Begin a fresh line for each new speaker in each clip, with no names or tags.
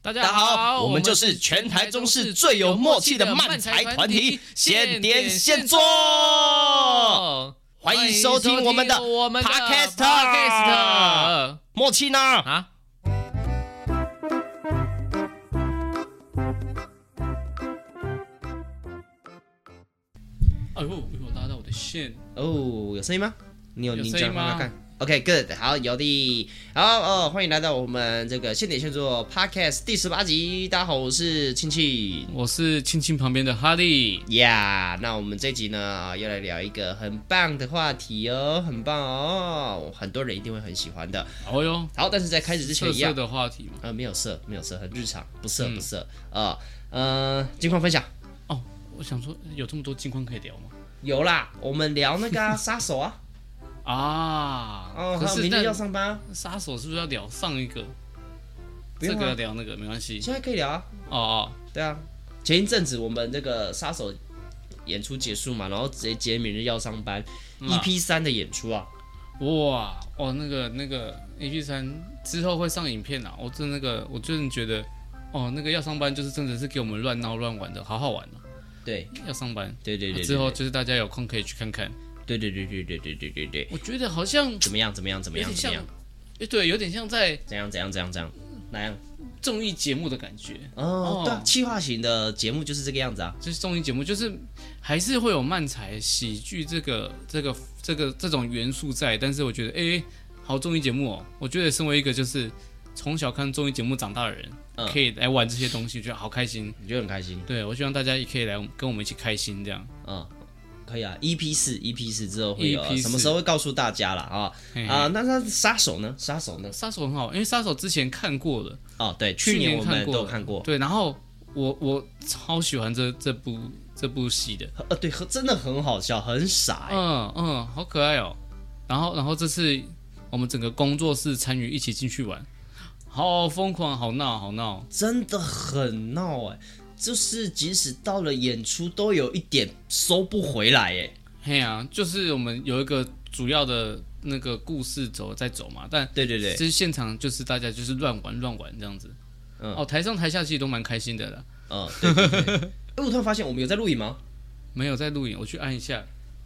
大家好，我们就是全台中市最有默契的漫才团体，现点现做。欢迎收听我们的 Podcast。默契呢？
哎呦，拉到我的线
哦，有声音吗？你有
声音吗
？OK good， 好，有的，好欢迎来到我们这个现点现做 Podcast 第18集。大家好，我是庆庆，
我是庆庆旁边的哈利
呀。那我们这集呢，要来聊一个很棒的话题哦，很棒哦，很多人一定会很喜欢的。
哦哟，
好，但是在开始之前一样，
色的话题嘛，
没有色，很日常，不色近况分享。
哦，我想说，有这么多近况可以聊吗？
有啦，我们聊那个杀手啊。
可是
明天要上班啊。
杀手是不是要聊上一个？
不用啊，
这个要聊那个没关系，
现在可以聊啊。
哦，
对啊，前一阵子我们这个杀手演出结束嘛，然后直接接明日要上班EP3 的演出啊。
哇，那个 EP3 之后会上影片啊！我真的觉得，那个要上班就是真的是给我们乱闹乱玩的，好好玩哦。对，要上班，对，之后就是大家有空可以去看看。对，我觉得好像
怎么样？
对，有点像在
怎样哪样
综艺节目的感觉
对啊，企划型的节目就是这个样子啊，
就是综艺节目，就是还是会有漫才、喜剧这种元素在，但是我觉得好综艺节目哦，我觉得身为一个就是从小看综艺节目长大的人，可以来玩这些东西，我觉得好开心，
你觉得很开心？
对，我希望大家也可以来跟我们一起开心这样。
可以啊 ，EP4 之后会有什么时候会告诉大家啦那杀手呢？杀手
很好，因为杀手之前看过了
对，去年我们都看过。
对，然后我超喜欢这部戏的，
对，真的很好笑，很傻
好可爱哦。然后这次我们整个工作室参与一起进去玩，好疯狂，好闹，
真的很闹就是即使到了演出都有一点收不回来
嘿啊，就是我们有一个主要的那个故事在走嘛，但
对，
其实现场就是大家就是乱玩这样子。台上台下其实都蛮开心的啦。
对。我突然发现我们有在录影吗？
没有在录影，我去按一下。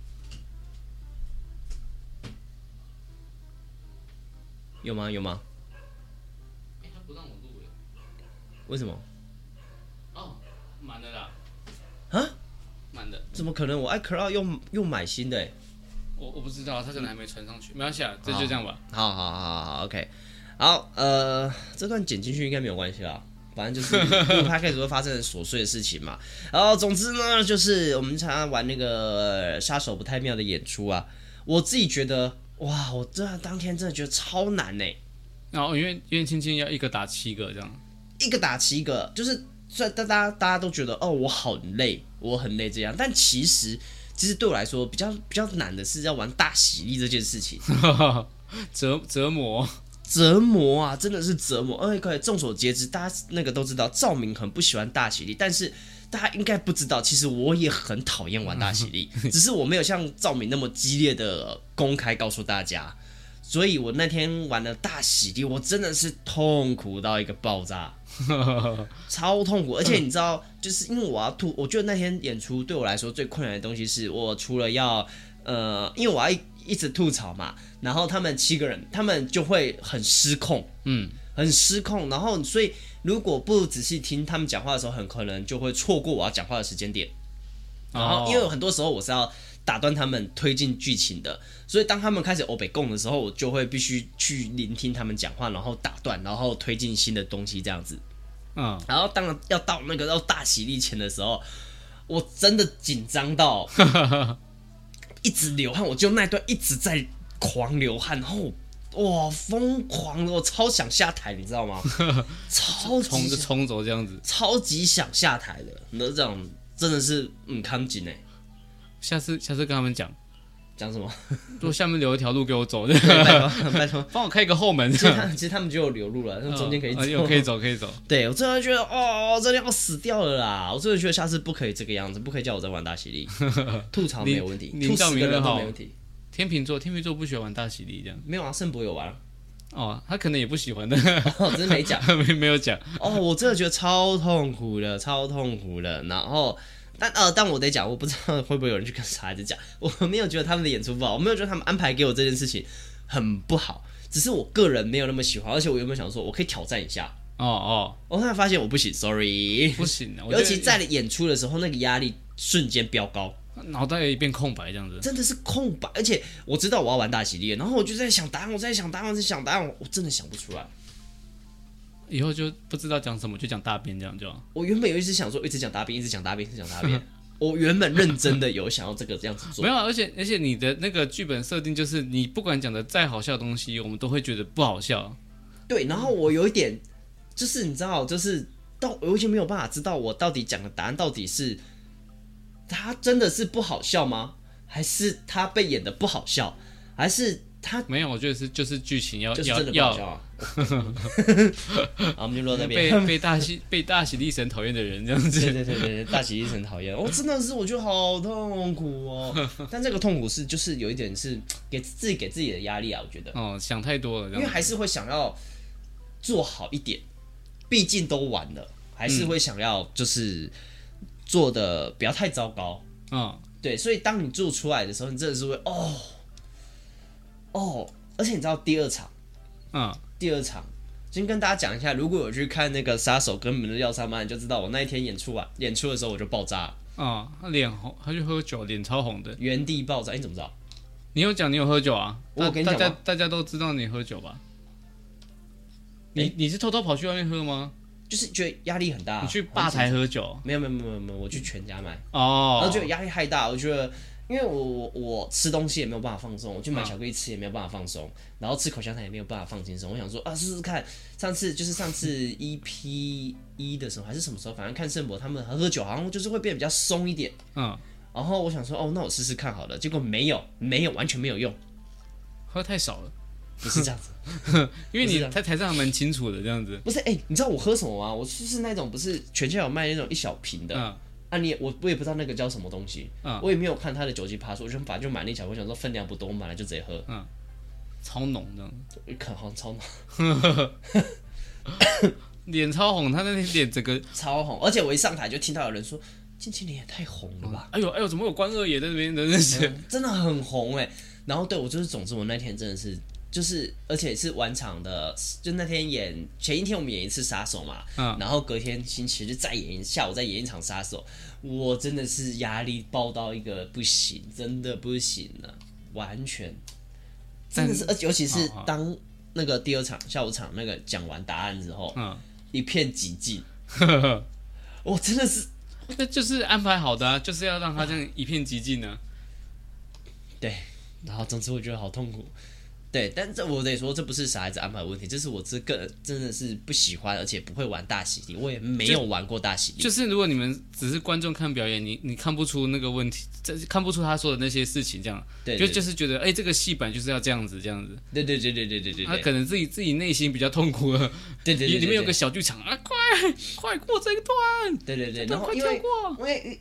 有吗？
他不让我录
为什么？
满了啦。满的。
怎么可能？我iCloud 又买新的
我不知道，他可能还没传上去，没关系啊，这就这样吧。
好 ，OK。好，这段剪进去应该没有关系啦，反正就是他开始会发生琐碎的事情嘛。然后总之呢，就是我们常常玩那个杀手不太妙的演出啊，我自己觉得哇，我当天真的觉得超难
然后因为青青要一个打7个这样，
一个打7个，就是虽然大家都觉得我很累这样，但其实对我来说比较难的是要玩大喜力这件事情，
折磨
啊，真的是折磨。众所皆知，大家那个都知道，赵明很不喜欢大喜力，但是大家应该不知道，其实我也很讨厌玩大喜力，只是我没有像赵明那么激烈的公开告诉大家。所以我那天玩了大喜力，我真的是痛苦到一个爆炸，超痛苦。而且你知道，就是因为我要吐，我觉得那天演出对我来说最困难的东西是，我除了要因为我要一直吐槽嘛，然后他们7个人，他们就会很失控，很失控。然后所以如果不仔细听他们讲话的时候，很可能就会错过我要讲话的时间点。然后因为很多时候我是要打断他们推进剧情的，所以当他们开始欧北共的时候，我就会必须去聆听他们讲话，然后打断，然后推进新的东西这样子。然后当然要到那个要大喜力前的时候，我真的紧张到一直流汗，我就那段一直在狂流汗，然后哇疯狂的，我超想下台，你知道吗？超级
冲走这样子，
超级想下台的，那种真的是看紧
下次跟他们讲
什么？
如果下面留一条路给我走，
拜托，
帮我开一个后门。
其实他们就有留路了，中间可以走，
可以走。
对，我真的觉得真的要死掉了啦！我真的觉得下次不可以这个样子，不可以叫我再玩大喜力。吐槽没有问题，吐10个人都没问题。
天秤座不喜欢玩大喜力这样。
没有啊，盛博有玩
哦，他可能也不喜欢的，
只是没讲，
没有讲。
我真的觉得超痛苦的，超痛苦的。然后，但我得讲，我不知道会不会有人去跟小孩子讲，我没有觉得他们的演出不好，我没有觉得他们安排给我这件事情很不好，只是我个人没有那么喜欢，而且我原本想说我可以挑战一下。我后来发现我不行 ，sorry，
不行，
尤其在演出的时候，那个压力瞬间飙高。
脑袋一片空白，这样子
真的是空白，而且我知道我要玩大喜力，然后我就在想答案，我在想答案，我真的想不出来。
以后就不知道讲什么，就讲大便这样就好。
我原本有一直想说，一直讲大便，一直讲大便，一直讲大便。我原本认真的有想要这样子做，
没有，而且你的那个剧本设定就是，你不管讲的再好笑的东西，我们都会觉得不好笑。
对，然后我有一点，就是你知道，就是我完全没有办法知道我到底讲的答案到底是。他真的是不好笑吗？还是他被演的不好笑？还是他
没有？我觉得就是剧情要
就是真的不好笑啊！好，我们就落在那边。
被大喜力神讨厌的人这样子。
对，大喜力神讨厌。真的是我觉得好痛苦哦。但这个痛苦是就是有一点是给自己的压力啊，我觉得。
想太多了。
因为还是会想要做好一点，毕竟都完了，还是会想要就是做的不要太糟糕。对，所以当你做出来的时候，你真的是会而且你知道第二场，先跟大家讲一下，如果有去看那个杀手跟门的要上班，你就知道我那一天演出的时候我就爆炸了。
他脸红，他去喝酒，脸超红的，
原地爆炸。你怎么知道？
你有讲你有喝酒啊？
我跟你讲，
大家都知道你喝酒吧？你是偷偷跑去外面喝吗？
就是觉得压力很大。
你去吧台喝酒？
没有，我去全家买。然后觉得压力太大，我觉得。因为我吃东西也没有办法放松，我去买巧克力吃也没有办法放松，然后吃口香糖也没有办法放轻松。我想说试试看，上次 EP1 的时候还是什么时候，反正看圣博他们喝酒好像就是会变得比较松一点。然后我想说那我试试看好了，结果没有完全没有用，
喝太少了。
不是这样子，
因为你在台上还蛮清楚的这样子。
不是你知道我喝什么吗？我就是那种不是全家有卖那种一小瓶的。我也不知道那个叫什么东西，我也没有看它的酒精趴数，我就反正就买那一小，我想说分量不多，我买来就直接喝，
超浓这样，
可好像超
浓，脸超红，他那天脸整个
超红，而且我一上台就听到有人说：“近期脸也太红了吧？”
哎呦，怎么有关二爷在那边的那些，
真的很红哎。然后对我就是，总之我那天真的是。就是，而且是晚场的，就那天前一天我们演一次杀手嘛，然后隔天星期日下午再演一场杀手，我真的是压力爆到一个不行，真的不行了，完全，真的是，而且尤其是当那个第二场下午场那个讲完答案之后，一片寂静，我真的是，
那就是安排好的啊，就是要让他这样一片寂静呢。
对，然后总之我觉得好痛苦。对，但我得说，这不是小孩子安排的问题，这是我个人真的是不喜欢，而且不会玩大喜力，我也没有玩过大喜力。
就是如果你们只是观众看表演，你看不出那个问题，看不出他说的那些事情，这样，
对，
就是觉得这个戏本就是要这样子，
对，
他可能自己内心比较痛苦了，
对，
里面有个小剧场啊，快过这一段，
对，然后因为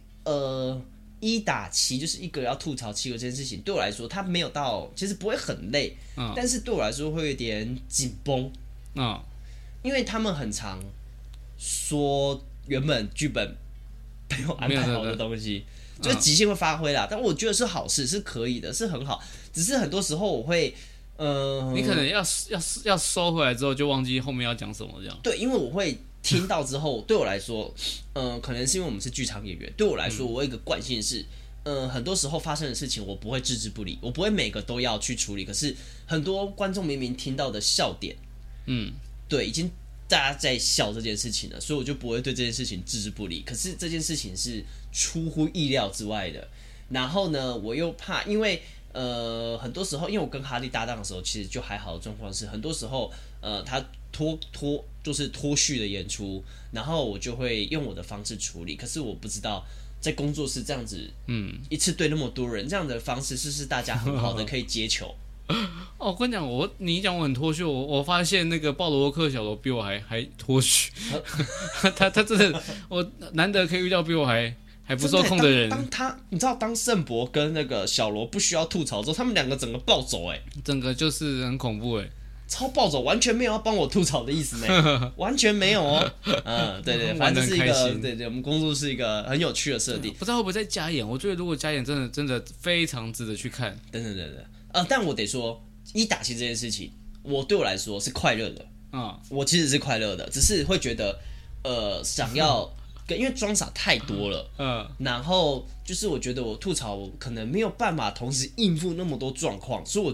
1打7就是一个要吐槽7个这件事情，对我来说，它没有到，其实不会很累，但是对我来说会有点紧绷，因为他们很常说原本剧本没有安排好的东西，就是即兴会发挥啦，但我觉得是好事，是可以的，是很好，只是很多时候我会，
你可能要收回来之后就忘记后面要讲什么这样，
对，因为我会。听到之后，对我来说，可能是因为我们是剧场演员。对我来说，我有一个惯性是，很多时候发生的事情，我不会置之不理，我不会每个都要去处理。可是很多观众明明听到的笑点，对，已经大家在笑这件事情了，所以我就不会对这件事情置之不理。可是这件事情是出乎意料之外的。然后呢，我又怕，因为很多时候，因为我跟哈利搭档的时候，其实就还好的状况是，很多时候，他就是脱序的演出，然后我就会用我的方式处理。可是我不知道在工作室这样子，一次对那么多人这样的方式，是不是大家很好的可以接球？
我跟你讲，你讲我很脱序，我发现那个鲍罗克小罗比我还脱序，他真的，我难得可以遇到比我还不受控的人。
你知道，当圣博跟那个小罗不需要吐槽之后，他们两个整个暴走，整
个就是很恐怖，
超暴走，完全没有要帮我吐槽的意思呢，完全没有哦。对，反正这是一个对，我们工作是一个很有趣的设定。
不知道会不会再加演？我觉得如果加演，真的非常值得去看。
等，但我得说，打戏这件事情，对我来说是快乐的。我其实是快乐的，只是会觉得想要。因为装傻太多了，然后就是我觉得我吐槽可能没有办法同时应付那么多状况，所以我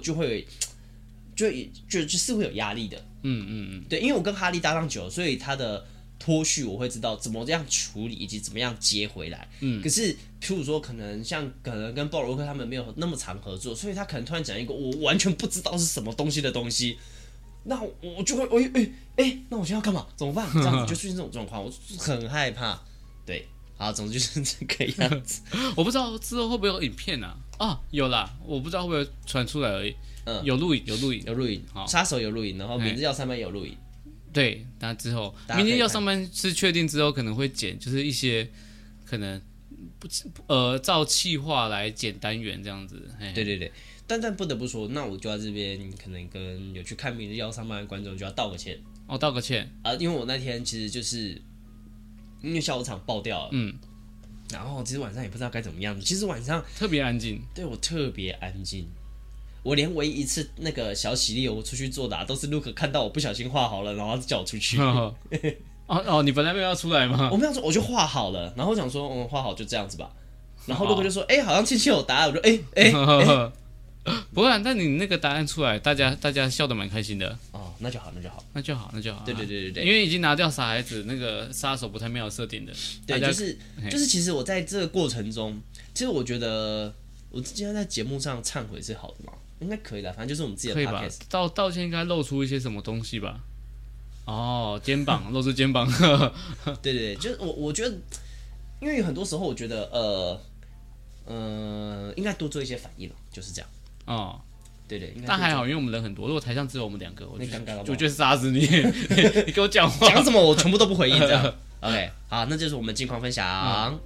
就是会有压力的，对，因为我跟哈利搭档久了，所以他的脱序我会知道怎么样处理以及怎么样接回来，可是譬如说可能跟鲍罗克他们没有那么常合作，所以他可能突然讲一个我完全不知道是什么东西的东西。那我就会那我现在要干嘛？怎么办？这样子就出现这种状况，我很害怕。对，好，总之就是这个样子。
我不知道之后会不会有影片啊？有啦，我不知道会不会传出来而已。有录影。好，
杀手有录影，然后明日要上班有录影。
对，那之后明天要上班是确定之后可能会剪，就是一些可能照企划来剪单元这样子。
对。但不得不说，那我就在这边可能跟有去看明日要上班的观众就要道个歉。
道个歉
因为我那天其实就是因为下午场爆掉了，然后其实晚上也不知道该怎么样。其实晚上
特别安静，
对我特别安静。我连唯一一次那个小喜力我出去作答，都是 Luke 看到我不小心画好了，然后叫我出去。
你本来没有要出来吗？
我没有说，我就画好了，然后我想说，画好就这样子吧。然后 Luke 就说，好像庆庆有答案，我就
不会，但你那个答案出来，大家笑得蛮开心的。
那就好。对，
因为已经拿掉傻孩子那个杀手不太妙的设定的。
对，就是其实我在这个过程中，其实我觉得我今天在节目上忏悔是好的嘛，应该可以的，反正就是我们自己的 podcast。
道歉应该露出一些什么东西吧？肩膀露出肩膀。
对，就是我觉得，因为很多时候我觉得应该多做一些反应，就是这样。对，
但还好，因为我们人很多。如果台上只有我们2个，我
就
觉得杀死你。你给我讲话，
讲什么我全部都不回应，这样。OK， 好，那就是我们近况分享。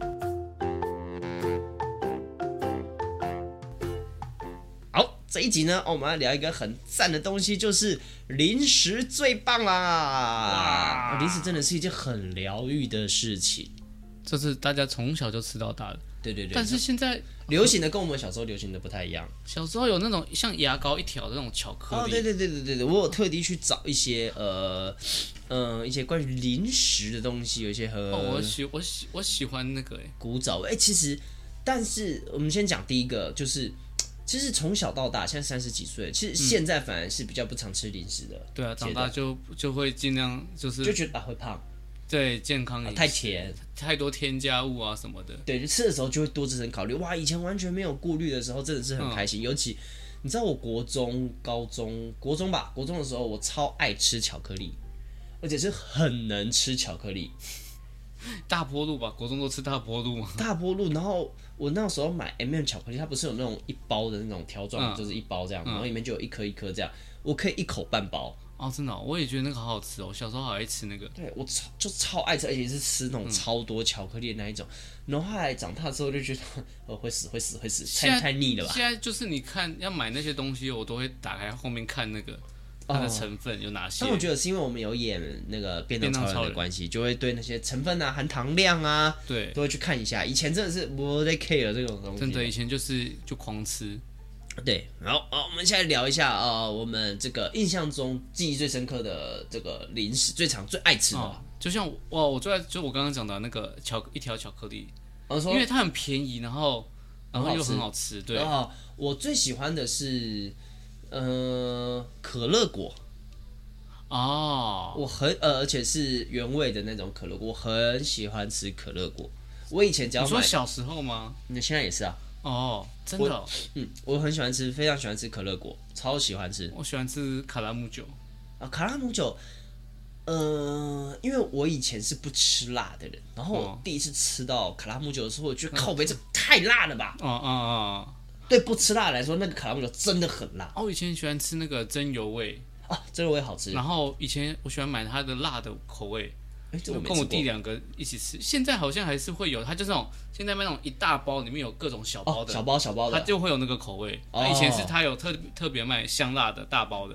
好，这一集呢，我们要聊一个很赞的东西，就是零食最棒啦！零食真的是一件很疗愈的事情，
这是大家从小就吃到大的。
对，
但是现在
流行的跟我们小时候流行的不太一样。
小时候有那种像牙膏一条的那种巧克力。
对，我有特地去找一些一些关于零食的东西，有一些我喜欢那个古早其实，但是我们先讲第一个，就是其实从小到大，现在30几岁，其实现在反而是比较不常吃零食的。
对啊，长大就会尽量就
觉得会胖。
对，健康
太甜，
太多添加物啊什么的。
对，就吃的时候就会多这层考虑。以前完全没有顾虑的时候，真的是很开心。尤其你知道，我国中的时候，我超爱吃巧克力，而且是很能吃巧克力。
大波路吧，国中都吃大波路嘛。
大波路，然后我那时候买 M&M 巧克力，它不是有那种一包的那种条状，就是一包这样，然后里面就有一颗一颗这样，我可以一口半包。
真的我也觉得那个好好吃哦，小时候好爱吃那个。
对，我超爱吃，而且是吃那种超多巧克力的那一种。然后后来长大之后就觉得，会死，太腻了吧。
现在就是你看要买那些东西，我都会打开后面看那个它的成分有哪些。
但我觉得是因为我们有演那个便当超人的关系，就会对那些成分啊、含糖量啊，
对，
都会去看一下。以前真的是不太 care 这种东西。
真的，以前就狂吃。
对，好，我们现在聊一下我们这个印象中记忆最深刻的这个零食，最爱吃的。
就像我最爱，就我刚刚讲的那个一条巧克力，因为它很便宜，然后又很好吃。对，
我最喜欢的是可乐果。我而且是原味的那种可乐果，我很喜欢吃可乐果。我以前只要买，
你说小时候吗？
你现在也是啊。
真的。
我很喜欢吃，非常喜欢吃可乐果，超喜欢吃。
我喜欢吃卡拉姆酒。
卡拉姆酒，因为我以前是不吃辣的人，然后我第一次吃到卡拉姆酒的时候，我觉得靠北这太辣了吧。对不吃辣来说，那个卡拉姆酒真的很辣。
我以前喜欢吃那个真油味。
真油味好吃。
然后以前我喜欢买它的辣的口味。跟我弟2个一起吃，现在好像还是会有，它就是那种现在卖那种一大包，里面有各种小包的，
小包的，
它就会有那个口味。以前是它有特别卖香辣的大包的，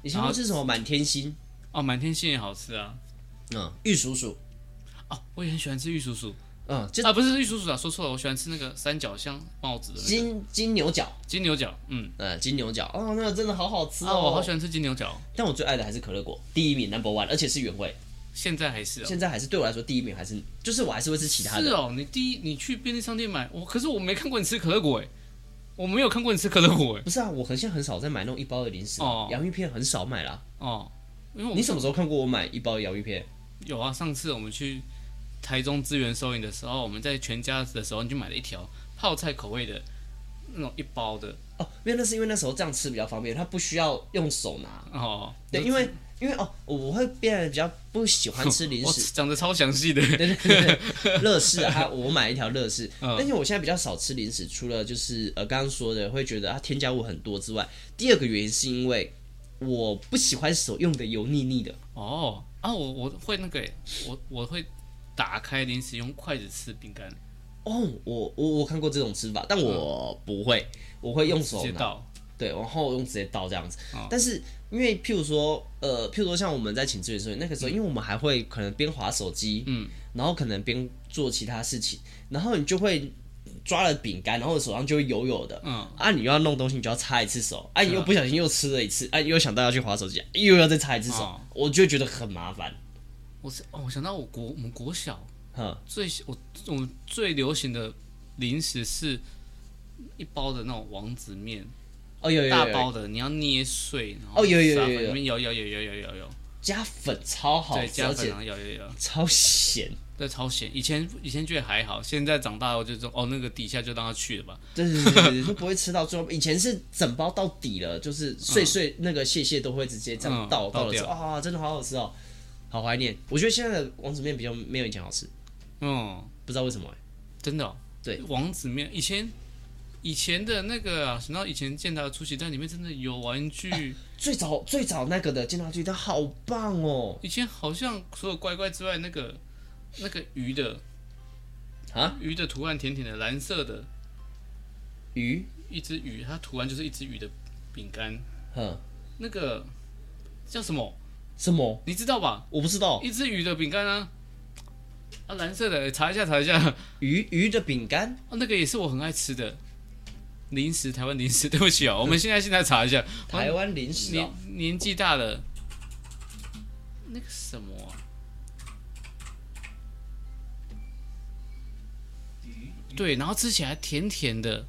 以前会吃什么满天星？
哦，满天星也好吃啊。
玉蜀黍。
哦，我也很喜欢吃玉蜀黍。
不
是玉蜀黍啊，说错了，我喜欢吃那个三角香帽子的
金牛角。
金牛角，
金牛角，那个真的好好吃哦。
我好喜欢吃金牛角。
但我最爱的还是可乐果，第一名 No.1， 而且是原味。
现在还是
现在还是对我来说第一名，还是就是我还是会吃其他的。
是哦，你去便利商店买，可是我没看过你吃可乐果哎，我没有看过你吃可乐果哎。
不是啊，我现在很少在买那种一包的零食，洋芋片很少买啦。
因为
你什么时候看过我买一包洋芋片？
有啊，上次我们去台中资源收银的时候，我们在全家的时候，你就买了一条泡菜口味的那种一包的。
没有，那是因为那时候这样吃比较方便，它不需要用手拿。对，因为我会变得比较不喜欢吃零食。
讲的超详细的。
对，乐事啊，我买一条乐事，但是我现在比较少吃零食，除了就是刚刚说的会觉得它添加物很多之外，第二个原因是因为我不喜欢手用的油腻腻的。
我会那个我会打开零食用筷子吃饼干。
我看过这种吃法，但我不会，我会用手
直接倒。
对，然后用直接倒这样子。但是因为譬如说像我们在请支援收银那个时候，因为我们还会可能边滑手机，然后可能边做其他事情，然后你就会抓了饼干，然后手上就会油油的。你又要弄东西，你就要擦一次手。你又不小心又吃了一次，你又想到要去滑手机，又要再擦一次手，我就觉得很麻烦。
我想到我们国小，我们最流行的零食是一包的那种王子面。
有
大包的，你要捏碎，然后
有
里面有
加粉超好吃，
对，加粉然后有
超咸，
对，超咸。以前觉得还好，现在长大了我就说那个底下就让它去了吧。
对，就不会吃到最后。以前是整包到底了，就是碎那个屑都会直接这样倒了吃真的好好吃哦，好怀念。我觉得现在的王子面比较没有以前好吃，不知道为什么
真的
对，
王子面以前的那个然后以前健达的出奇蛋里面真的有玩具，
最早那个的健达出奇蛋好棒哦。
以前好像除了乖乖之外，那个鱼的鱼的图案甜甜的蓝色的
鱼，
一只鱼，它图案就是一只鱼的饼干。那个叫什么？你知道吧？
我不知道。
一只鱼的饼干啊，蓝色的，查一下。
鱼的饼干
那个也是我很爱吃的。零食，台湾零食，对不起我们现在查一下
台湾零食
年纪大的那个什么对，然后吃起来甜甜的，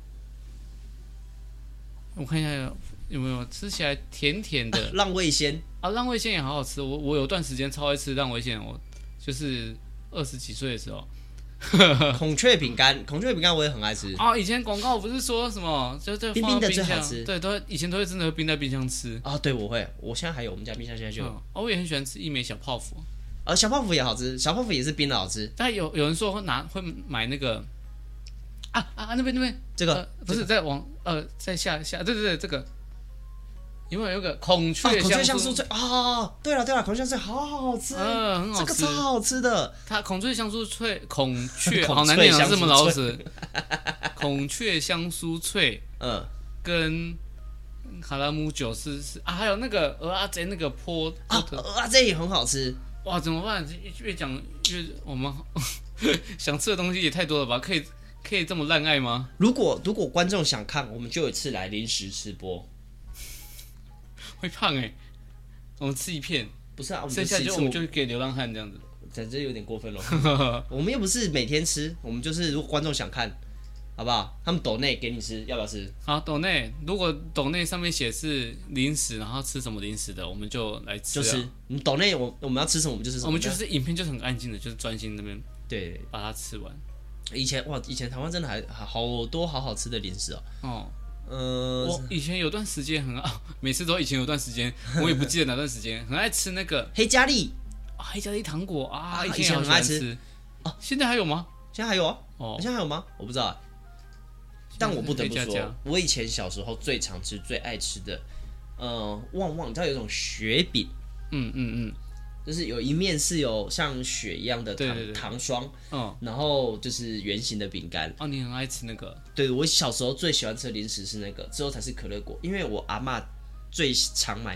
我看一下有没有吃起来甜甜的。
浪味仙
浪味仙也好好吃，我有段时间超爱吃浪味仙，我就是20几岁的时候。
孔雀饼干我也很爱吃
以前广告不是说什么就
冰冰的最好吃，
对，以前都会真的会冰在冰箱吃
对，我现在还有，我们家冰箱现在就有。
我也很喜欢吃一枚小泡芙，
小泡芙也好吃，小泡芙也是冰的好吃。
但有人说会买那个那边
这个
不是在在下对这个。有没有个孔雀
香酥脆对了，孔雀香酥脆好好吃，
很好吃，
这个超好吃的。
它孔雀香酥脆，好难念这么老实。孔雀香酥脆，跟卡拉姆酒是还有那个蚵仔煎那个蚵
仔煎也很好吃。
哇，怎么办？越讲越我们想吃的东西也太多了吧？可以这么滥爱吗？
如果观众想看，我们就有一次来临时吃播。
会胖我们吃一片，
不是我们
剩下我们就给流浪汉这样子，
这有点过分了。我们又不是每天吃，我们就是如果观众想看，好不好？他们抖内给你吃，要不要吃？
好，抖内，如果抖内上面写是零食，然后吃什么零食的，我们就来吃。
就是你抖内，我们要吃什么，我们就是什么。
我们就是影片就是很安静的，就是专心那边
对
把它吃完。
以前台湾真的还好多好好吃的零食
我以前有段时间每次都以前有段时间，我也不记得哪段时间，很爱吃那个
黑嘉丽
糖果
以前很爱吃
现在还有吗？
现在还有现在还有吗？我不知道但我不得不说，我以前小时候最常吃、最爱吃的，旺旺，你知道有一种雪饼，就是有一面是有像雪一样的糖霜，然后就是圆形的饼干。
你很爱吃那个？
对，我小时候最喜欢吃的零食是那个，之后才是可乐果，因为我阿嬷最常买那种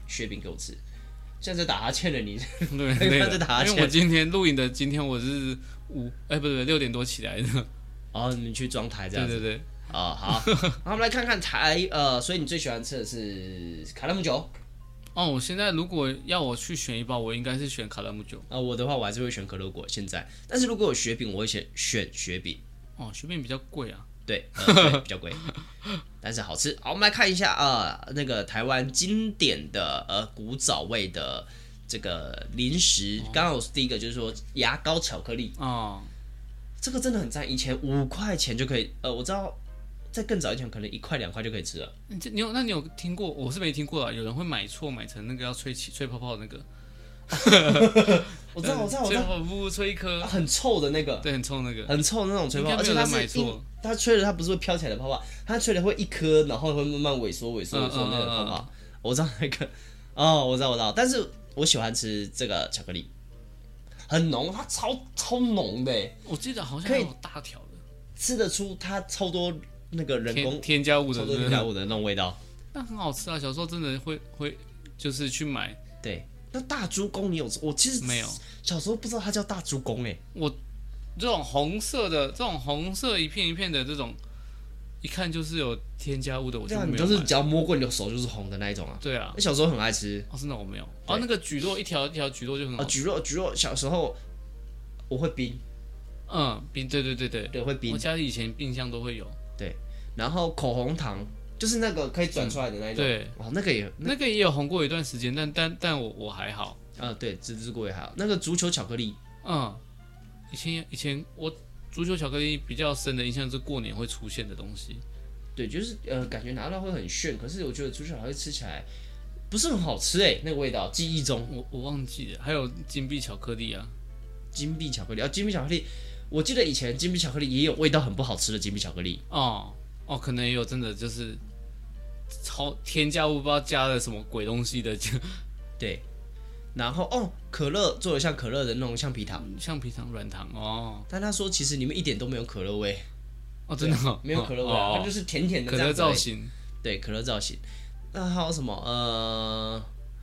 雪饼给我吃。现在在打哈欠了你，
对，
在打哈欠。
因为我今天录影的今天我是不是6点多起来的。
哦，你去装台这样子。
对。
哦，好，我们来看看所以你最喜欢吃的是卡拉姆酒。
哦，我现在如果要我去选一包，我应该是选卡拉姆酒。
我的话我还是会选可乐果现在，但是如果有雪饼，我会选雪饼。
哦，雪饼比较贵啊。
对，对，比较贵，但是好吃。好，我们来看一下那个台湾经典的古早味的这个零食。刚刚我第一个就是说牙膏巧克力
哦，
这个真的很赞。以前5块钱就可以，我知道在更早以前可能1块2块就可以吃了。
你有听过？我是没听过啊。有人会买错，买成那个要吹泡泡的那个。
我知道，
吹泡泡吹一颗，
很臭的那个，
对，很臭那个，
很臭的那种吹泡泡，而且它吹了，它不是会飘起来的泡泡，它吹了会一颗，然后会慢慢萎缩那个泡泡。我知道那个，我知道，但是我喜欢吃这个巧克力，很浓，它超浓的。
我记得好像有大条的，
吃得出它超多那个人工
添加物的，
超多添加物的那种味道。
那很好吃啊！小时候真的会就是去买。
对。那大猪公你有吃？我其实
没有，
小时候不知道它叫大猪公
我这种红色一片一片的这种，一看就是有添加物的，我就没有买。
你就是只要摸过你的手就是红的那一种啊。
对啊，
小时候很爱吃。
真的我没有。那个蒟蒻一条一条蒟蒻就很好吃。
蒟蒻小时候我会冰。
冰，对，
会冰。
我家里以前冰箱都会有。
对，然后口红糖。就是那个可以转出来的那一种，
对，那个也有红过一段时间，但我还好，
对，芝士果也还好。那个足球巧克力，
以前我足球巧克力比较深的印象是过年会出现的东西，
对，就是感觉拿到会很炫，可是我觉得足球巧克力吃起来不是很好吃那个味道，记忆中
我忘记了，还有金币巧克力啊，
金币巧克力，我记得以前金币巧克力也有味道很不好吃的金币巧克力，
可能也有真的就是超添加物，不知道加了什么鬼东西的。
对，然后可乐做的像可乐的那种橡皮糖
软糖
但他说其实里面一点都没有可乐味。
真的
没有可乐味，它就是甜甜的
可乐造型。
对，可乐造型。那还有什么？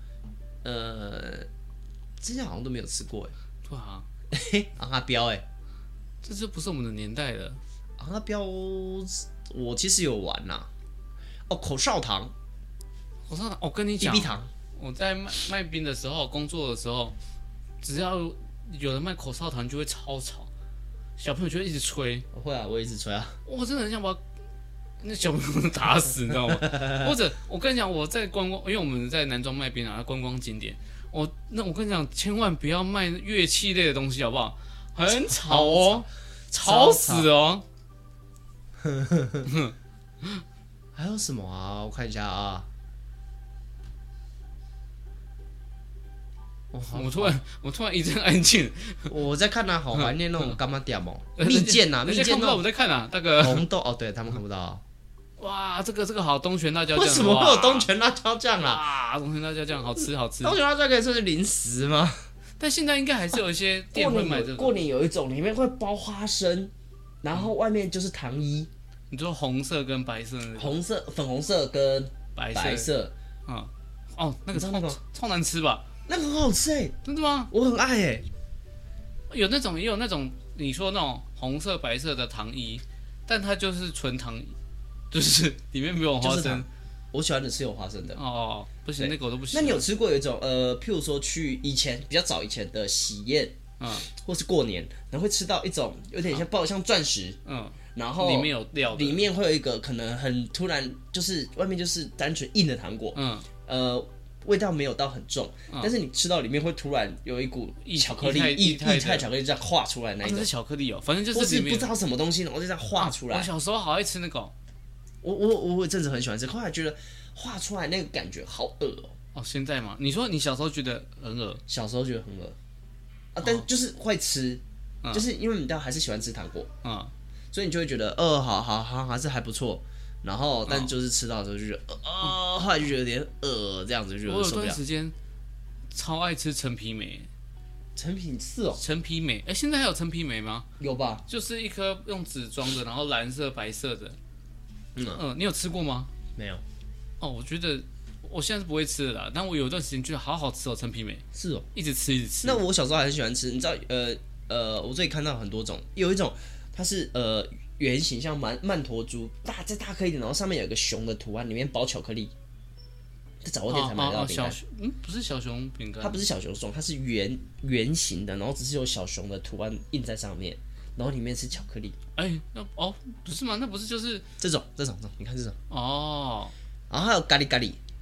之前好像都没有吃过
对啊，
阿彪
这就不是我们的年代了。
阿彪，我其实有玩呐。口哨糖，
我跟你讲，
BB 糖。
我在卖冰的时候，工作的时候，只要有人卖口哨糖，就会超吵，小朋友就会一直吹。
会啊，我一直吹啊。
我真的很想把那小朋友打死，你知道吗？或者我跟你讲，我在观光，因为我们在南庄卖冰啊，观光景点。我跟你讲，千万不要卖乐器类的东西，好不好？很吵吵死哦。
还有什么啊？我看一下啊。
我突然一阵安静。
我在看好怀念那种干嘛点蜜饯
蜜饯看不到我在看那个
红豆对他们看不到。
哇，这个好，东泉辣椒酱。
为什么会有东泉辣椒酱
东泉辣椒酱好吃。
东泉辣椒酱可以算是零食吗？
但现在应该还是有一些店会买这个。
过年有一种里面会包花生，然后外面就是糖衣。
你说红色跟白色
粉红色跟白色。
那个超难吃吧？
那个很好吃
真的吗？
我很爱也
有那种你说那种红色白色的糖衣，但它就是纯糖，就是里面没有花生。
我喜欢的是有花生的。
不行，那个我都不行。
那你有吃过有一种譬如说去比较早以前的喜宴，或是过年，然后会吃到一种有点像钻石，然后
里面有料，
里面会有一个可能很突然，就是外面就是单纯硬的糖果，味道没有到很重，但是你吃到里面会突然有一股巧克力液态巧克力这样化出来那一种。
是巧克力反正就是里面
不知道什么东西，然后就这样化出来。
我小时候好爱吃那个。
我有阵子很喜欢吃，后来觉得画出来那个感觉好恶
现在吗？你说你小时候觉得很恶？
小时候觉得很恶但就是会吃，就是因为你还是喜欢吃糖果，所以你就会觉得好还是还不错。然后但就是吃到的时候就觉得后来就觉得有点这样子，就
我有段时间超爱吃陈皮梅。
陈皮
陈皮梅，现在还有陈皮梅吗？
有吧，
就是一颗用纸装的，然后蓝色白色的。你有吃过吗？
没有。
我觉得我现在是不会吃的啦，但我有一段时间觉得好好吃哦，陈皮梅。
是哦，
一直吃一直吃。
那我小时候还很喜欢吃，你知道我这里看到很多种，有一种它是圆形，像曼陀珠，再大颗一点，然后上面有一个熊的图案，里面包巧克力。在早货店才买得到饼干，
不是小熊饼干，
它不是小熊松，它是圆形的，然后只是有小熊的图案印在上面，然后里面是巧克力。
那不是吗？那不是就是
这种，你看这种
哦。
然后还有咖喱，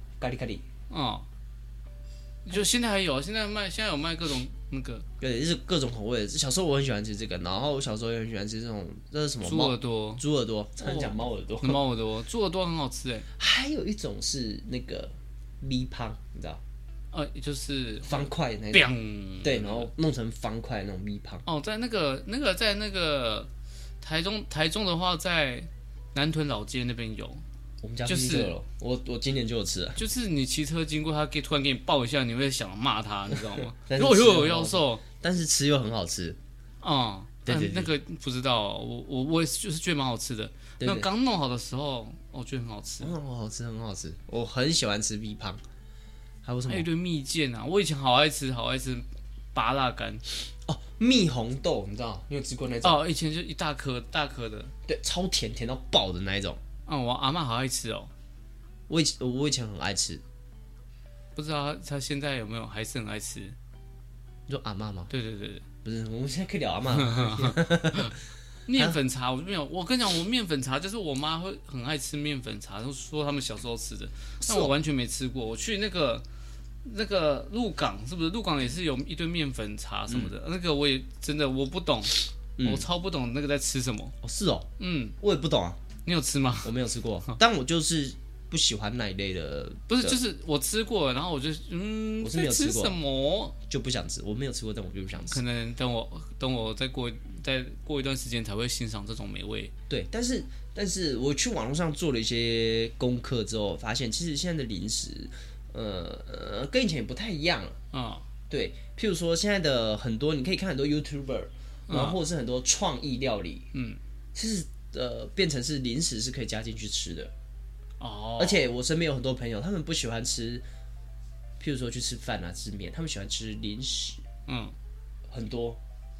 就现在还有，现在有卖各种那个，
对，就是各种口味的。小时候我很喜欢吃这个，然后我小时候也很喜欢吃这种，这是什么？
猪耳朵，
差点讲猫耳朵。
猪耳朵很好吃哎。
还有一种是那个米汤，你知道？
就是
方块那种，对，然后弄成方块那种米汤。
在那个台中的话，在南屯老街那边有。
我们家就是了，我今年就有吃了。
就是你骑车经过，他突然给你抱一下，你会想骂他，你知道吗？妖兽，
但是吃又很好吃。对，
那个不知道，我就是觉得蛮好吃的。那刚弄好的时候，我觉得很好吃，
很好吃。我很喜欢吃米汤。还有什么？
还有一堆蜜饯啊！我以前好爱吃芭乐干。
蜜红豆，你知道？你有吃过那种？
以前就一大颗的，
对，超甜到爆的那一种。
我阿嬷好爱吃哦。
我以前很爱吃，
不知道他现在有没有还是很爱吃？
你说阿嬷吗？
对，
不是，我们现在可以聊阿嬷。
面粉茶我没有，我跟你讲，我面粉茶就是我妈会很爱吃面粉茶，都说他们小时候吃的，但我完全没吃过。我去那个鹿港，是不是鹿港也是有一堆面粉茶什么的？那个我也真的我不懂，我超不懂那个在吃什么。
是哦，我也不懂啊。
你有吃吗？
我没有吃过，但我就是不喜欢那一类的。
不是，就是我吃过，然后我就
我是没有吃过，
什么
就不想吃。我没有吃过，但我就不想吃。
可能等我再过一段时间才会欣赏这种美味。
对，但是我去网络上做了一些功课之后，发现其实现在的零食，跟以前也不太一样了。对，譬如说现在的很多，你可以看很多 YouTuber，然后或者是很多创意料理，其实变成是零食是可以加进去吃的。而且我身边有很多朋友，他们不喜欢吃，譬如说去吃饭啊、吃面，他们喜欢吃零食。很多。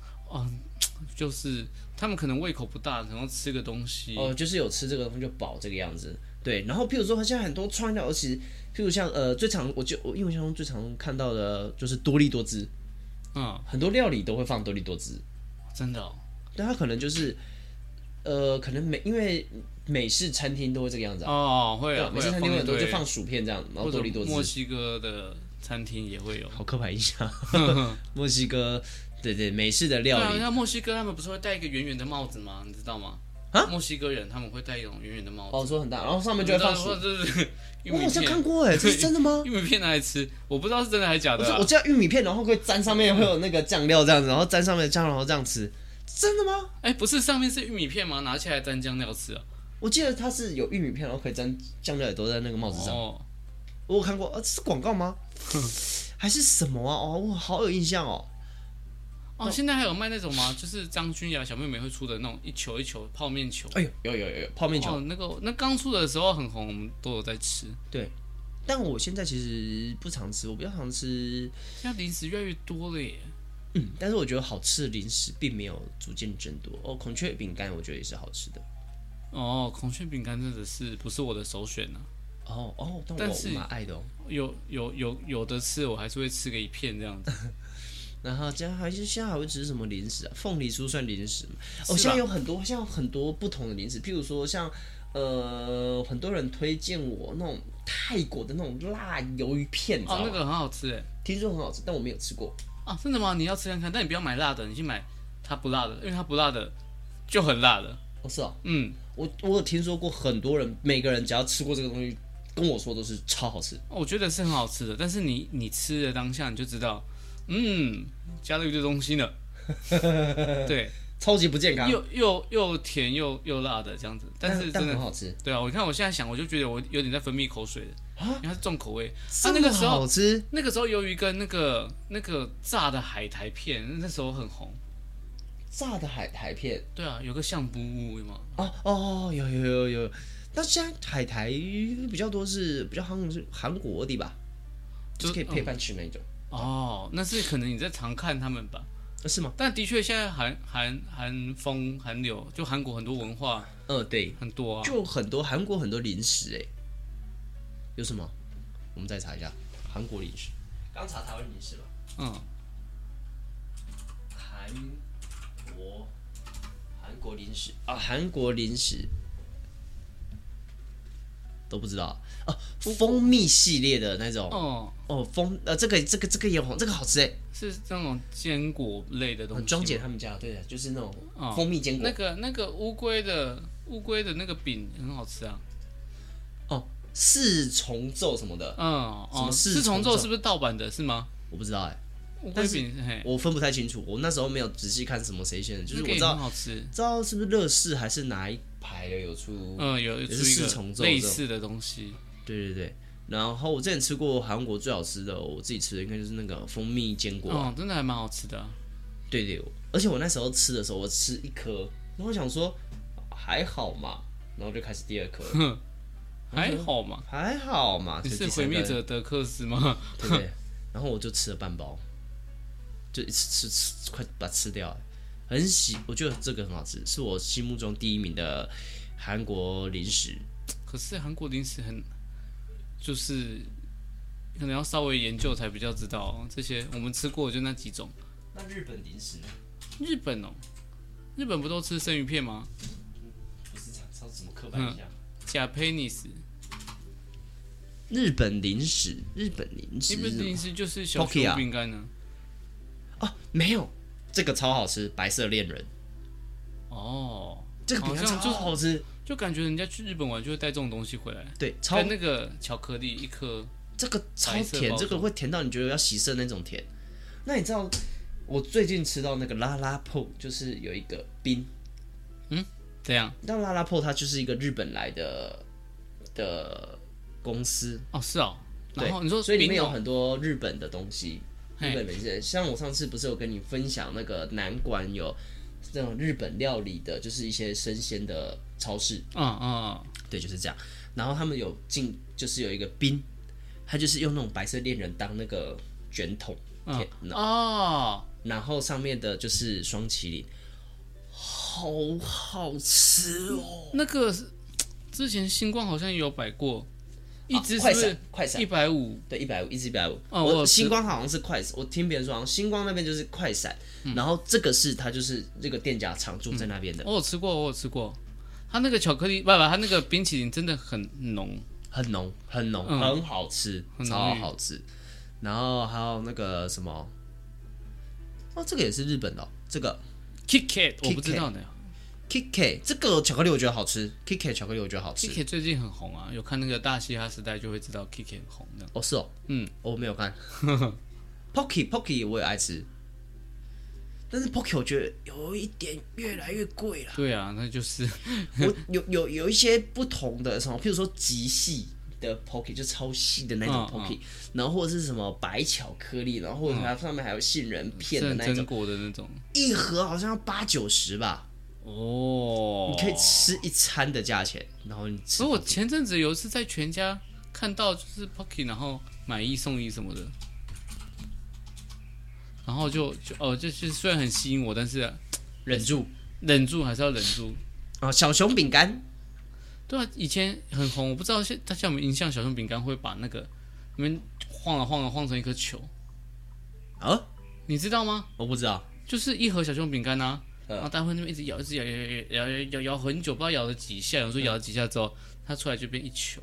就是他们可能胃口不大，可能吃个东西。
就是有吃这个东西就饱这个样子。对，然后譬如说，现在很多创意料理，其实譬如像最常我印象中最常看到的就是多利多滋。很多料理都会放多利多滋。
真的哦。
对，它可能就是可能因为美式餐厅都会这个样子
会啊，
美式餐厅会很多就放薯片这样，然后多利多滋。
墨西哥的餐厅也会有。
好刻板印象。墨西哥，对，美式的料理。
那墨西哥他们不是会戴一个圆圆的帽子吗？你知道吗？墨西哥人他们会戴一种圆圆的帽子。
说很大，然后上面就会放薯。我好像看过这是真的吗？
玉米片拿来吃，我不知道是真的还是假的。
我知道玉米片，然后会沾上面会有那个酱料这样子，然后沾上面的酱料，然后这样吃。真的吗？
不是上面是玉米片吗？拿起来沾酱料吃啊？
我记得它是有玉米片，然后可以沾酱料，也都在那个帽子上。我有看过，这是广告吗？还是什么啊？我好有印象哦。
现在还有卖那种吗？就是张君雅小妹妹会出的那种一球一球泡面球。
有泡面球。
那刚出的时候很红，我们都有在吃。
对，但我现在其实不常吃，我比较常吃。
现在零食越来越多了耶。
但是我觉得好吃的零食并没有逐渐增多。孔雀饼干我觉得也是好吃的。
孔雀饼干真的是不是我的首选呢？
但是我蛮爱的哦。
有的吃，我还是会吃个一片这样子。
然后现在还会吃什么零食啊？凤梨酥算零食吗？现在有很多不同的零食，譬如说像很多人推荐我那种泰国的那种辣鱿鱼片，你知道吗？
那个很好吃哎，
听说很好吃，但我没有吃过。
真的吗？你要吃看看，但你不要买辣的，你去买它不辣的，因为它不辣的就很辣的。
是哦。我有听说过很多人，每个人只要吃过这个东西，跟我说都是超好吃。
我觉得是很好吃的，但是你吃的当下你就知道。加了一堆东西呢。对，
超级不健康，
又甜又辣的这样子，但是真的
很好吃。
对啊，我看我现在想，我就觉得我有点在分泌口水了，因为它是重口味。
那个时候好吃，
那个时候鱿鱼跟那个炸的海苔片，那时候很红。
炸的海苔片，
对啊，有个相扑有吗？
有， 但现在海苔比较多是比较夯的是韩国的吧，就是可以配饭吃那种。
哦，那是可能你在常看他们吧？
是吗？
但的确现在韩风韩流，就韩国很多文化，
对，
很多啊，
就很多韩国很多零食有什么？我们再查一下韩国零食。刚查台湾零食嘛。韩国零食啊，韩国零食都不知道哦，蜂蜜系列的那种这个也红，这个好吃
是这种坚果类的东西。
庄姐他们家对的，就是那种蜂蜜坚果。
那个乌龟的那个饼很好吃啊。
四重奏什么的，什么
四重奏是不是盗版的？是吗？
我不知道
乌龟饼
我分不太清楚，我那时候没有仔细看什么谁先的，就是我知道
很好吃，
知道是不是乐事还是哪一排的有出，
有出一个类似的东西。
对。然后我之前吃过韩国最好吃的，我自己吃的应该就是那个蜂蜜坚果
真的还蛮好吃的。
对，而且我那时候吃的时候，我吃一颗，然后我想说还好嘛，然后就开始第二颗。
还好嘛，你是毁灭者德克斯吗？
对。然后我就吃了半包，就一次吃快把它吃掉，我觉得这个很好吃，是我心目中第一名的韩国零食。
可是韩国零食就是可能要稍微研究才比较知道，这些我们吃过就那几种。
那日本零食呢？
日本不都吃生鱼片吗？
不是上什么刻板印象？
假 penis。
日本零食
就是小熊饼干呢。
没有，这个超好吃，白色恋人。这个饼干超好吃，
就感觉人家去日本玩就会带这种东西回来。
对，
跟那个巧克力一颗，
这个超甜，这个会甜到你觉得要洗肾那种甜。那你知道我最近吃到那个拉拉泡，就是有一个冰，
怎样？
那拉拉泡它就是一个日本来的公司
是哦。然后你说，
所以里面有很多日本的东西，日本美食。像我上次不是有跟你分享那个南馆有这种日本料理的，就是一些生鲜的超市。对，就是这样。然后他们有就是有一个冰，它就是用那种白色恋人当那个卷筒，然后上面的就是双麒麟，好好吃哦。
那个之前星光好像也有摆过，一只是不是
快闪
150？
对，150，一只150。我星光好像是快闪，我听别人说好像星光那边就是快闪，然后这个是它就是这个店家常驻在那边的。
我有吃过，它那个巧克力，它那个冰淇淋真的很浓，
很好吃，超好吃。然后还有那个什么，这个也是日本的这个
KitKat 我不知道呢。
KitKat 这个巧克力我觉得好吃 ，KitKat 巧克力我觉得好吃。
KitKat 最近很红啊，有看那个大嘻哈时代就会知道 KitKat 很红的。
是哦，我没有看。Pocky 我也爱吃，但是 Pocky 我觉得有一点越来越贵了。
对啊，那就是
我有一些不同的什么，譬如说极细的 Pocky 就超细的那种 Pocky，然后或者是什么白巧克力，然后或者它上面还有杏仁片的那种，
榛果的那种，
一盒好像要80-90吧。你可以吃一餐的价钱，然后你吃。
所以我前阵子有一次在全家看到就是 Pocky， 然后买1送1什么的，然后就是虽然很吸引我，但是忍住还是要忍住。
小熊饼干，
对啊，以前很红，我不知道大家有没有印象，小熊饼干会把那个里面晃成一颗球你知道吗？
我不知道，
就是一盒小熊饼干啊。然后大家会那边一直摇很久，不知道摇了几下，有时候摇了几下之后，它出来就变一球。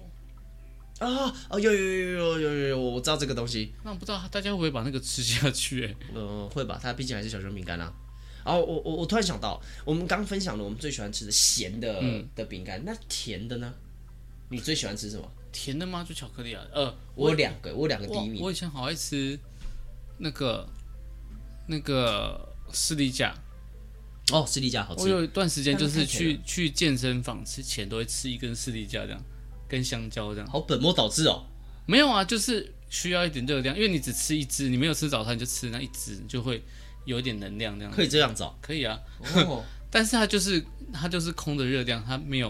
有，
我知道这个东西。
那我不知道大家会不会把那个吃下去？
会吧，它毕竟还是小熊饼干啊。然后我突然想到，我们刚分享了我们最喜欢吃的咸的饼干，那甜的呢？你最喜欢吃什么？
甜的吗？就巧克力啊。
我有两个第一名。
我以前好爱吃那个士力架。
士力架好吃。
我有一段时间就是去健身房之前都会吃一根士力架这样，跟香蕉这样。
好本末倒置哦。
没有啊，就是需要一点热量，因为你只吃一只，你没有吃早餐你就吃那一只，你就会有一点能量这样。
可以这样子哦。
可以啊。但是它就是空的热量，它没有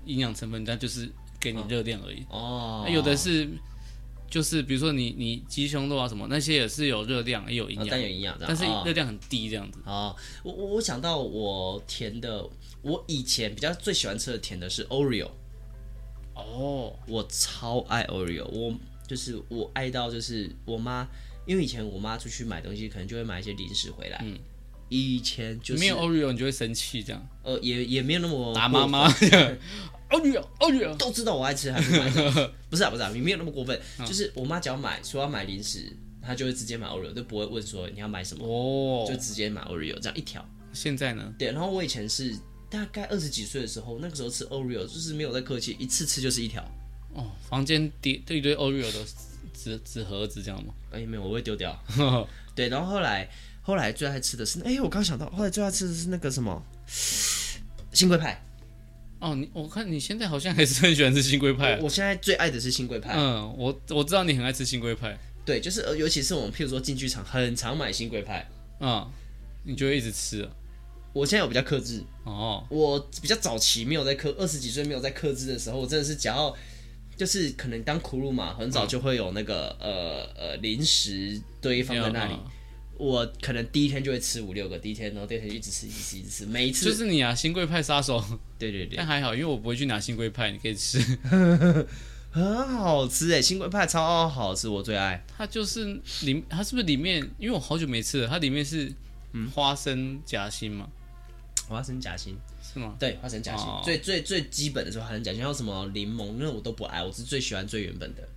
营养成分，但就是给你热量而已。有的是就是比如说你鸡胸肉啊什么那些也是有热量也有营养，
但有营养，
但是热量很低这样子。
我想到我甜的，我以前比较最喜欢吃的甜的是 Oreo。我超爱 Oreo， 我爱到就是我妈，因为以前我妈出去买东西，可能就会买一些零食回来。以前就是
没有 Oreo 你就会生气这样。
也没有那么
打妈妈。Oreo
都知道我爱吃还不买。不是啊，你没有那么过分。就是我妈只要说要买零食，她就会直接买 Oreo， 都不会问说你要买什么。就直接买 Oreo 这样一条。
现在呢？
对，然后我以前是大概20几岁的时候，那个时候吃 Oreo 就是没有在客气，一次吃就是一条。
房间叠一堆 Oreo 的纸盒子这样吗？
没有，我会丢掉。对，然后后来最爱吃的是，我刚想到，后来最爱吃的是那个什么新龟派。
我看你现在好像还是很喜欢吃新龟派。
我现在最爱的是新龟派。
我知道你很爱吃新龟派。
对，就是尤其是我们譬如说进剧场，很常买新龟派。
你就会一直吃了。
我现在有比较克制。我比较早期没有在20几岁没有在克制的时候，我真的是只要就是可能当苦鲁嘛，很早就会有那个零食堆放在那里。我可能第一天就会吃5-6个，第一天，然后第二天一直吃，每一次
就是你啊，新贵派杀手。
对，
但还好，因为我不会去拿新贵派，你可以吃。
很好吃哎，新贵派超好吃，我最爱。
它就是它是不是里面？因为我好久没吃了，它里面是花生夹心嘛？
花生夹心
是吗？
对，花生夹心，最基本的是花生夹心，还有什么柠檬那我都不爱，我是最喜欢最原本的。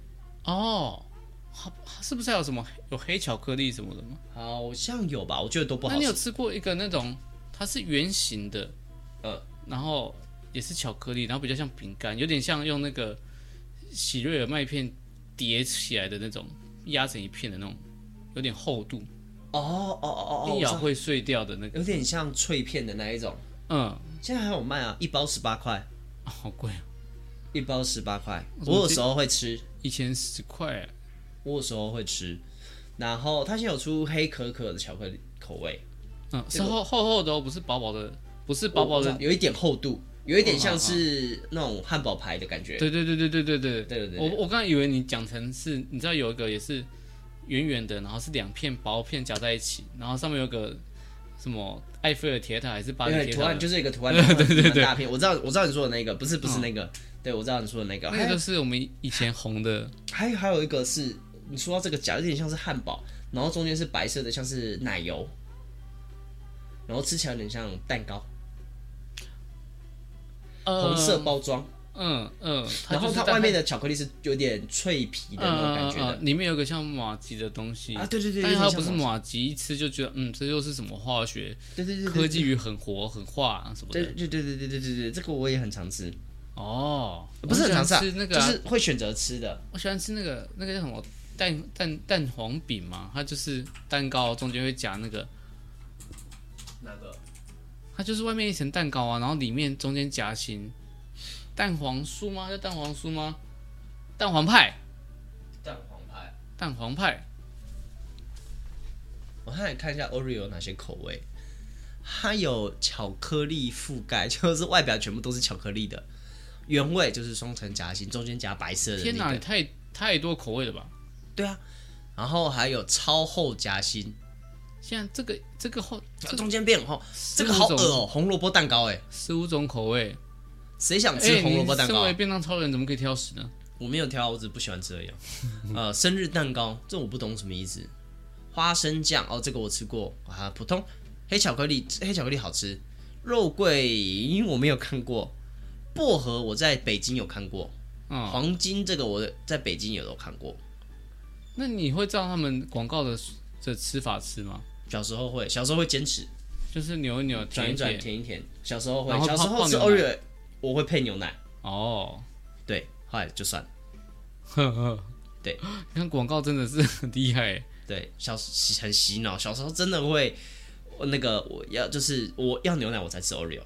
是不是还有什么有黑巧克力什么的吗？
好像有吧，我觉得都不好吃。
那你有吃过一个那种它是圆形的，然后也是巧克力，然后比较像饼干，有点像用那个喜瑞尔麦片叠起来的那种，压成一片的那种，有点厚度。一咬会碎掉的那个，
有点像脆片的那一种。现在还有卖啊，一包18块。
好贵啊！
一包18块，我有时候会吃。
以前10块。
我有时候会吃，然后它现在有出黑可可的巧克力口味，
是厚的不是薄薄的，不是薄薄的，
有一点厚度，有一点像是那种汉堡排的感觉。对。
我刚才以为你讲成是，你知道有一个也是圆圆的，然后是2片薄片夹在一起，然后上面有个什么埃菲尔铁塔还是巴黎铁塔，
图案就是一个图案，对，大片。我知道你说的那个，不是那个，对，我知道你说的那个，
那个就是我们以前红的。
还有一个是。你说到这个夹有点像是汉堡，然后中间是白色的，像是奶油，然后吃起来有点像蛋糕，红色包装，然后它外面的巧克力是有点脆皮的那种感觉的，
里面有个像马吉的东西
啊，对，
但是它不是马吉，一吃就觉得这又是什么化学？对，科技与很活很化什么的，
对，这个我也很常吃。
不
是很常吃，
那个
就是会选择吃的。
我喜欢吃那个叫什么？蛋黄饼嘛，它就是蛋糕中间会夹那个
哪个？
它就是外面一层蛋糕啊，然后里面中间夹心蛋黄酥吗？叫蛋黄酥吗？蛋黄派。
我来看一下 Oreo 有哪些口味。它有巧克力覆盖，就是外表全部都是巧克力的。原味就是双层夹心，中间夹白色的。
天哪，你太多口味了吧？
对啊，然后还有超厚夹心。
现在这个厚，
中间变厚，这个好恶哦！红萝卜蛋糕
15种口味，
谁想吃红萝卜蛋糕？
身为便当超人怎么可以挑食呢？
我没有挑，我只是不喜欢吃而已。生日蛋糕，这我不懂什么意思。花生酱这个我吃过啊，普通黑巧克力好吃。肉桂我没有看过，薄荷我在北京有看过，黄金这个我在北京也有看过。
那你会照他们广告的吃法吃吗？
小时候会坚持，
就是扭一扭，
转一转，舔一舔。小时候会，
小
时候吃 Oreo 我会配牛奶。对，后来就算了。对，
你看广告真的是很厉害。
对，很洗脑。小时候真的会，那个我要牛奶我才吃 Oreo。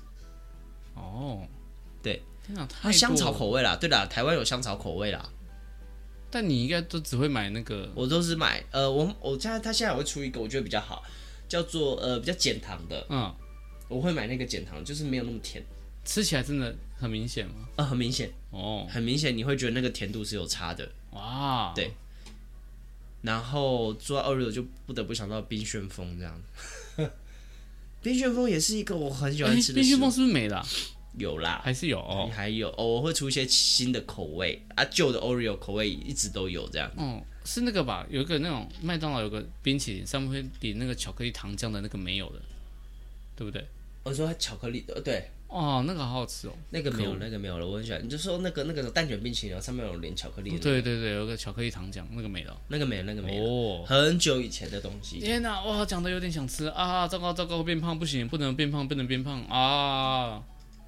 对，它香草口味啦，对啦，台湾有香草口味啦。
但你应该都只会买那个，
我都是买他现在会出一个我觉得比较好，叫做比较减糖的，我会买那个减糖，就是没有那么甜，
吃起来真的很明显吗？
很明显
哦，
很明显，你会觉得那个甜度是有差的。
哇，
对。然后做到Oreo就不得不想到冰旋风这样。冰旋风也是一个我很喜欢吃的食物。
冰旋风是不是没了？
有啦，
还是有哦，
还有偶尔会出一些新的口味啊，旧的 Oreo 口味一直都有这样。
是那个吧？有一个那种麦当劳有个冰淇淋，上面会淋那个巧克力糖浆的那个没有的，对不对？
我说巧克力的，对。
哦，那个好好吃哦。
那个没有，那个没有了，我很喜欢。你就说那个蛋卷冰淇淋上面有淋巧克力的。
对对对，有个巧克力糖浆，那个没了。
那个没了。哦，很久以前的东西。
天哪，哇，讲的有点想吃啊！糟糕，会变胖，不行，不能变胖啊！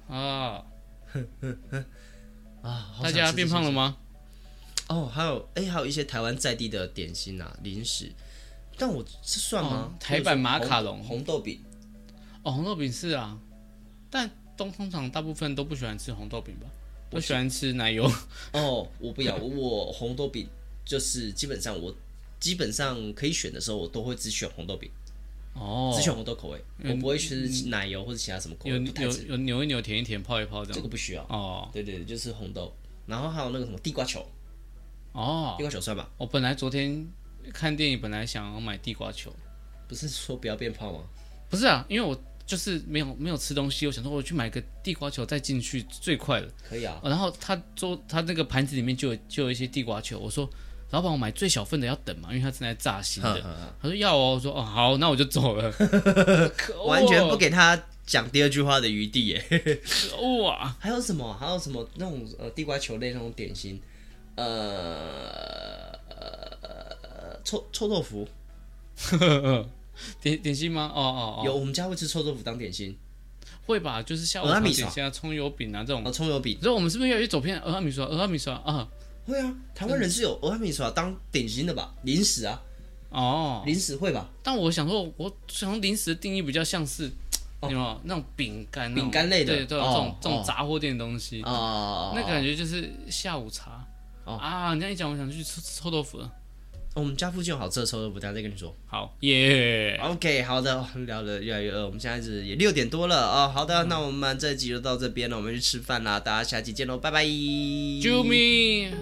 大家变胖了吗？
还有一些台湾在地的点心啊，零食，但我这算吗？
台版马卡龙、
红豆饼。
红豆饼是啊，但通常大部分都不喜欢吃红豆饼吧，都喜欢吃奶油。
我不要，我红豆饼就是基本上可以选的时候，我都会只选红豆饼。只选红豆口味，我不会吃奶油或者其他什么口味。
有扭一扭、舔一舔、泡一泡这样。
这个不需要。对，就是红豆。然后还有那个什么地瓜球。地瓜球算吧。我
本来昨天看电影，本来想要买地瓜球。
不是说不要变胖吗？
不是啊，因为我就是没有吃东西，我想说我去买个地瓜球再进去最快了。
可以啊。
然后他那个盘子里面就有一些地瓜球，我说老板，我买最小份的要等嘛，因为他正在炸新的。他说要哦，我说好，那我就走了。
完全不给他讲第二句话的余地耶。
可恶啊！
还有什么那种地瓜球类那种点心？臭豆腐。
点心吗？
有，我们家会吃臭豆腐当点心。
会吧，就是下午茶点心啊，葱油饼啊这种。
葱油饼。
所以我们是不是要去走偏俄阿米刷啊？
会啊，台湾人是有俄阿米刷当点心的吧？零食啊。零食会吧？
但我想说零食的定义比较像是，有没有那种饼干
类的？
对，这种杂货店的东西。那感觉就是下午茶。你这样一讲，我想去吃臭豆腐了。
我们家附近有好吃的臭豆腐，等下再跟你说。
好耶。
OK， 好的，聊得越来越饿，我们现在也6点多了好的，那我们这集就到这边了，我们去吃饭啦，大家下期见喽，拜拜。
救命！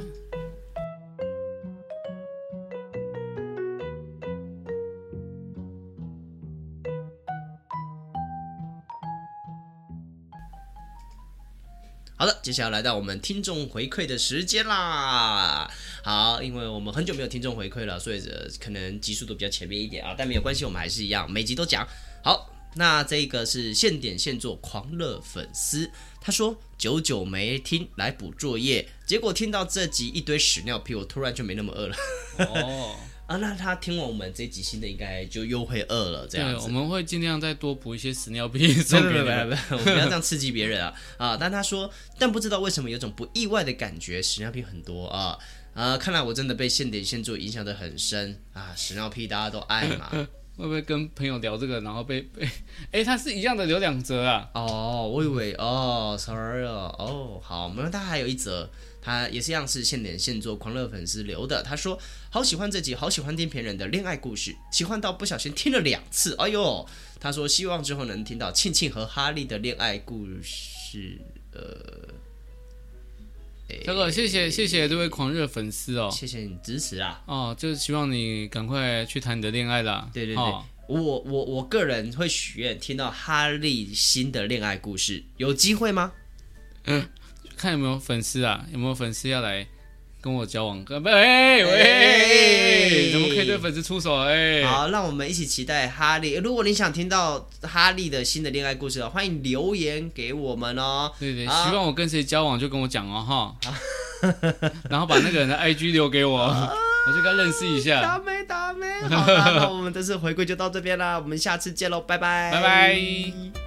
好的，接下来来到我们听众回馈的时间啦。好，因为我们很久没有听众回馈了，所以可能集数都比较前面一点但没有关系，我们还是一样每集都讲。好，那这个是现点现做狂热粉丝，他说久没听来补作业，结果听到这集一堆屎尿屁，我突然就没那么饿了。那他听完我们这集新的，应该就又会饿了，这样子。
对，我们会尽量再多补一些屎尿屁送给你们。
我们不要这样刺激别人但他说，但不知道为什么有种不意外的感觉，屎尿屁很多看来我真的被现点现做影响得很深屎尿屁大家都爱嘛。
会不会跟朋友聊这个，然后被他是一样的留2则啊？
我以为sorry 好，我们他还有一则。他也是一样是现点现做狂热粉丝留的，他说好喜欢这集，好喜欢听别人的恋爱故事，喜欢到不小心听了2次，他说希望之后能听到庆庆和哈利的恋爱故事。
这个谢谢这位狂热粉丝
谢谢你支持
就是希望你赶快去谈你的恋爱啦。
对，我个人会许愿听到哈利新的恋爱故事，有机会吗？
看有没有粉丝要来跟我交往？怎么可以对粉丝出手？
好，让我们一起期待哈利。如果你想听到哈利的新的恋爱故事欢迎留言给我们哦。
对，希望我跟谁交往就跟我讲然后把那个人的 IG 留给我，我就跟他认识一下。
打没。好，那我们这次回归就到这边啦，我们下次见喽，拜拜。